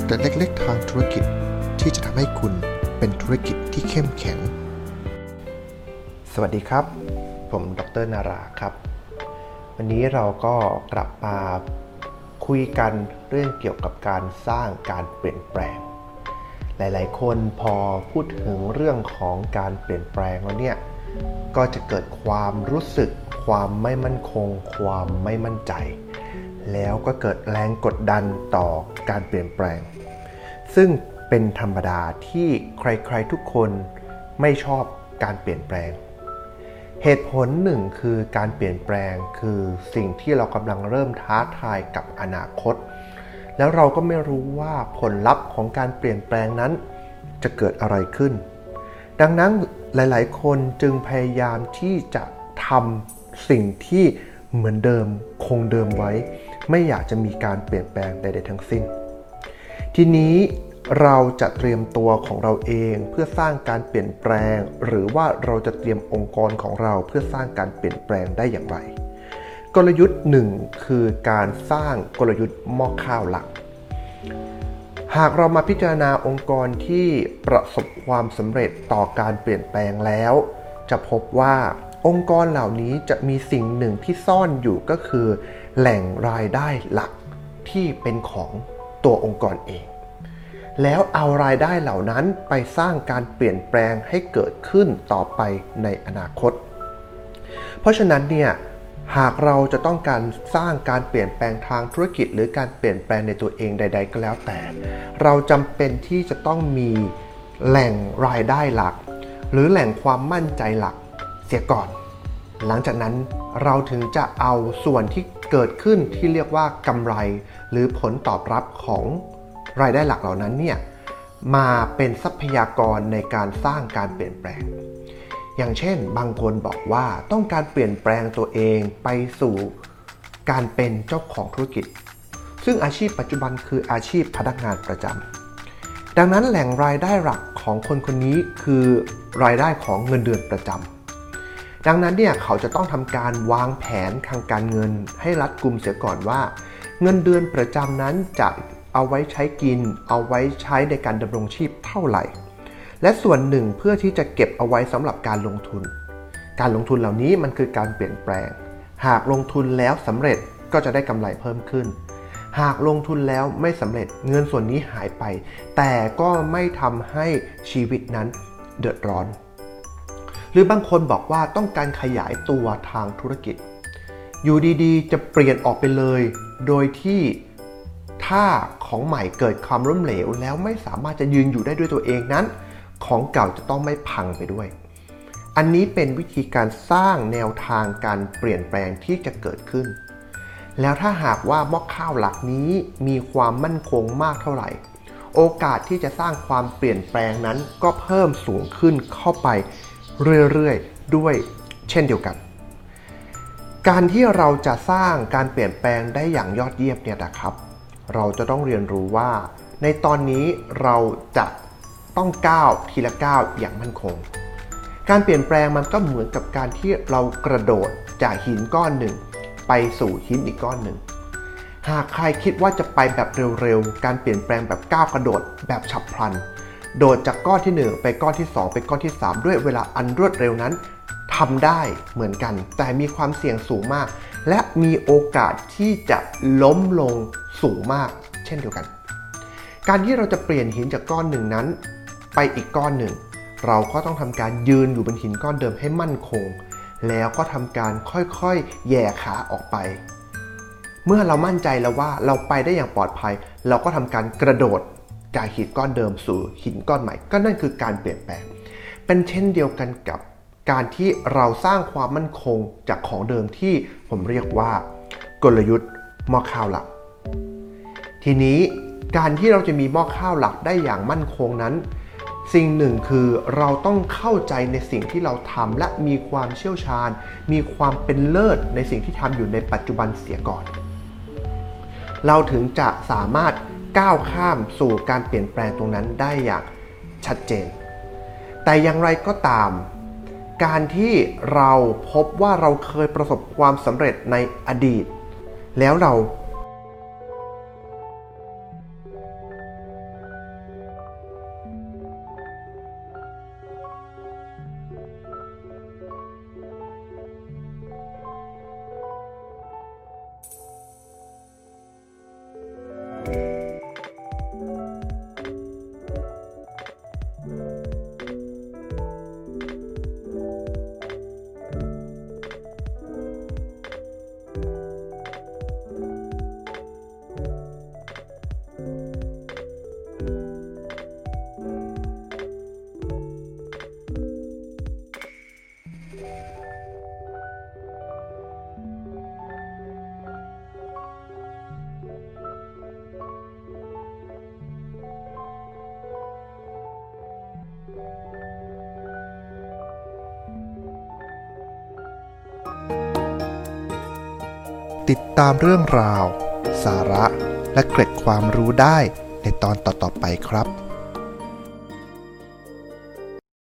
เกร็ดเล็กๆทางธุรกิจที่จะทำให้คุณเป็นธุรกิจที่เข้มแข็งสวัสดีครับผมดร.นาราครับวันนี้เราก็กลับมาคุยกันเรื่องเกี่ยวกับการสร้างการเปลี่ยนแปลงหลายๆคนพอพูดถึงเรื่องของการเปลี่ยนแปลงแล้วเนี่ยก็จะเกิดความรู้สึกความไม่มั่นคงความไม่มั่นใจแล้วก็เกิดแรงกดดันต่อการเปลี่ยนแปลงซึ่งเป็นธรรมดาที่ใครๆทุกคนไม่ชอบการเปลี่ยนแปลงเหตุผลหนึ่งคือการเปลี่ยนแปลงคือสิ่งที่เรากำลังเริ่มท้าทายกับอนาคตแล้วเราก็ไม่รู้ว่าผลลัพธ์ของการเปลี่ยนแปลงนั้นจะเกิดอะไรขึ้นดังนั้นหลายๆคนจึงพยายามที่จะทำสิ่งที่เหมือนเดิมคงเดิมไว้ไม่อยากจะมีการเปลี่ยนแปลงใดๆทั้งสิ้นทีนี้เราจะเตรียมตัวของเราเองเพื่อสร้างการเปลี่ยนแปลงหรือว่าเราจะเตรียมองค์กรของเราเพื่อสร้างการเปลี่ยนแปลงได้อย่างไรกลยุทธ์หนึ่งคือการสร้างกลยุทธ์หม้อข้าวหลักหากเรามาพิจารณาองค์กรที่ประสบความสำเร็จต่อการเปลี่ยนแปลงแล้วจะพบว่าองค์กรเหล่านี้จะมีสิ่งหนึ่งที่ซ่อนอยู่ก็คือแหล่งรายได้หลักที่เป็นของตัวองค์กรเองแล้วเอารายได้เหล่านั้นไปสร้างการเปลี่ยนแปลงให้เกิดขึ้นต่อไปในอนาคตเพราะฉะนั้นเนี่ยหากเราจะต้องการสร้างการเปลี่ยนแปลงทางธุรกิจหรือการเปลี่ยนแปลงในตัวเองใดๆก็แล้วแต่เราจำเป็นที่จะต้องมีแหล่งรายได้หลักหรือแหล่งความมั่นใจหลักเสียก่อนหลังจากนั้นเราถึงจะเอาส่วนที่เกิดขึ้นที่เรียกว่ากำไรหรือผลตอบรับของรายได้หลักเหล่านั้นเนี่ยมาเป็นทรัพยากรในการสร้างการเปลี่ยนแปลงอย่างเช่นบางคนบอกว่าต้องการเปลี่ยนแปลงตัวเองไปสู่การเป็นเจ้าของธุรกิจซึ่งอาชีพปัจจุบันคืออาชีพพนักงานประจำดังนั้นแหล่งรายได้หลักของคนคนนี้คือรายได้ของเงินเดือนประจำดังนั้นเนี่ยเขาจะต้องทำการวางแผนทางการเงินให้รัดกุมเสียก่อนว่าเงินเดือนประจำนั้นจะเอาไว้ใช้กินเอาไว้ใช้ในการดำรงชีพเท่าไหร่และส่วนหนึ่งเพื่อที่จะเก็บเอาไว้สำหรับการลงทุนเหล่านี้มันคือการเปลี่ยนแปลงหากลงทุนแล้วสำเร็จก็จะได้กำไรเพิ่มขึ้นหากลงทุนแล้วไม่สำเร็จเงินส่วนนี้หายไปแต่ก็ไม่ทำให้ชีวิตนั้นเดือดร้อนหรือบางคนบอกว่าต้องการขยายตัวทางธุรกิจอยู่ดีๆจะเปลี่ยนออกไปเลยโดยที่ถ้าของใหม่เกิดความล้มเหลวแล้วไม่สามารถจะยืนอยู่ได้ด้วยตัวเองนั้นของเก่าจะต้องไม่พังไปด้วยอันนี้เป็นวิธีการสร้างแนวทางการเปลี่ยนแปลงที่จะเกิดขึ้นแล้วถ้าหากว่าหม้อข้าวหลักนี้มีความมั่นคงมากเท่าไหร่โอกาสที่จะสร้างความเปลี่ยนแปลงนั้นก็เพิ่มสูงขึ้นเข้าไปเรื่อยๆด้วยเช่นเดียวกันการที่เราจะสร้างการเปลี่ยนแปลงได้อย่างยอดเยี่ยมเนี่ยนะครับเราจะต้องเรียนรู้ว่าในตอนนี้เราจะต้องก้าวทีละก้าวอย่างมั่นคงการเปลี่ยนแปลงมันก็เหมือนกับการที่เรากระโดดจากหินก้อนหนึ่งไปสู่หินอีกก้อนหนึ่งหากใครคิดว่าจะไปแบบเร็วๆการเปลี่ยนแปลงแบบก้าวกระโดดแบบฉับพลันโดดจากก้อนที่1ไปก้อนที่2ไปก้อนที่3ด้วยเวลาอันรวดเร็วนั้นทำได้เหมือนกันแต่มีความเสี่ยงสูงมากและมีโอกาสที่จะล้มลงสูงมากเช่นเดียวกันการที่เราจะเปลี่ยนหินจากก้อนหนึ่งนั้นไปอีกก้อนหนึ่งเราก็ต้องทำการยืนอยู่บนหินก้อนเดิมให้มั่นคงแล้วก็ทำการค่อยๆแย่ขาออกไปเมื่อเรามั่นใจแล้วว่าเราไปได้อย่างปลอดภัยเราก็ทำการกระโดดจากหินก้อนเดิมสู่หินก้อนใหม่ก็นั่นคือการเปลี่ยนแปลงเป็นเช่นเดียวกันกับการที่เราสร้างความมั่นคงจากของเดิมที่ผมเรียกว่ากลยุทธ์หม้อข้าวหลักทีนี้การที่เราจะมีหม้อข้าวหลักได้อย่างมั่นคงนั้นสิ่งหนึ่งคือเราต้องเข้าใจในสิ่งที่เราทำและมีความเชี่ยวชาญมีความเป็นเลิศในสิ่งที่ทำอยู่ในปัจจุบันเสียก่อนเราถึงจะสามารถก้าวข้ามสู่การเปลี่ยนแปลงตรงนั้นได้อย่างชัดเจนแต่อย่างไรก็ตามการที่เราพบว่าเราเคยประสบความสำเร็จในอดีตแล้วเราติดตามเรื่องราว สาระและเกร็ดความรู้ได้ในตอนต่อๆไปครับ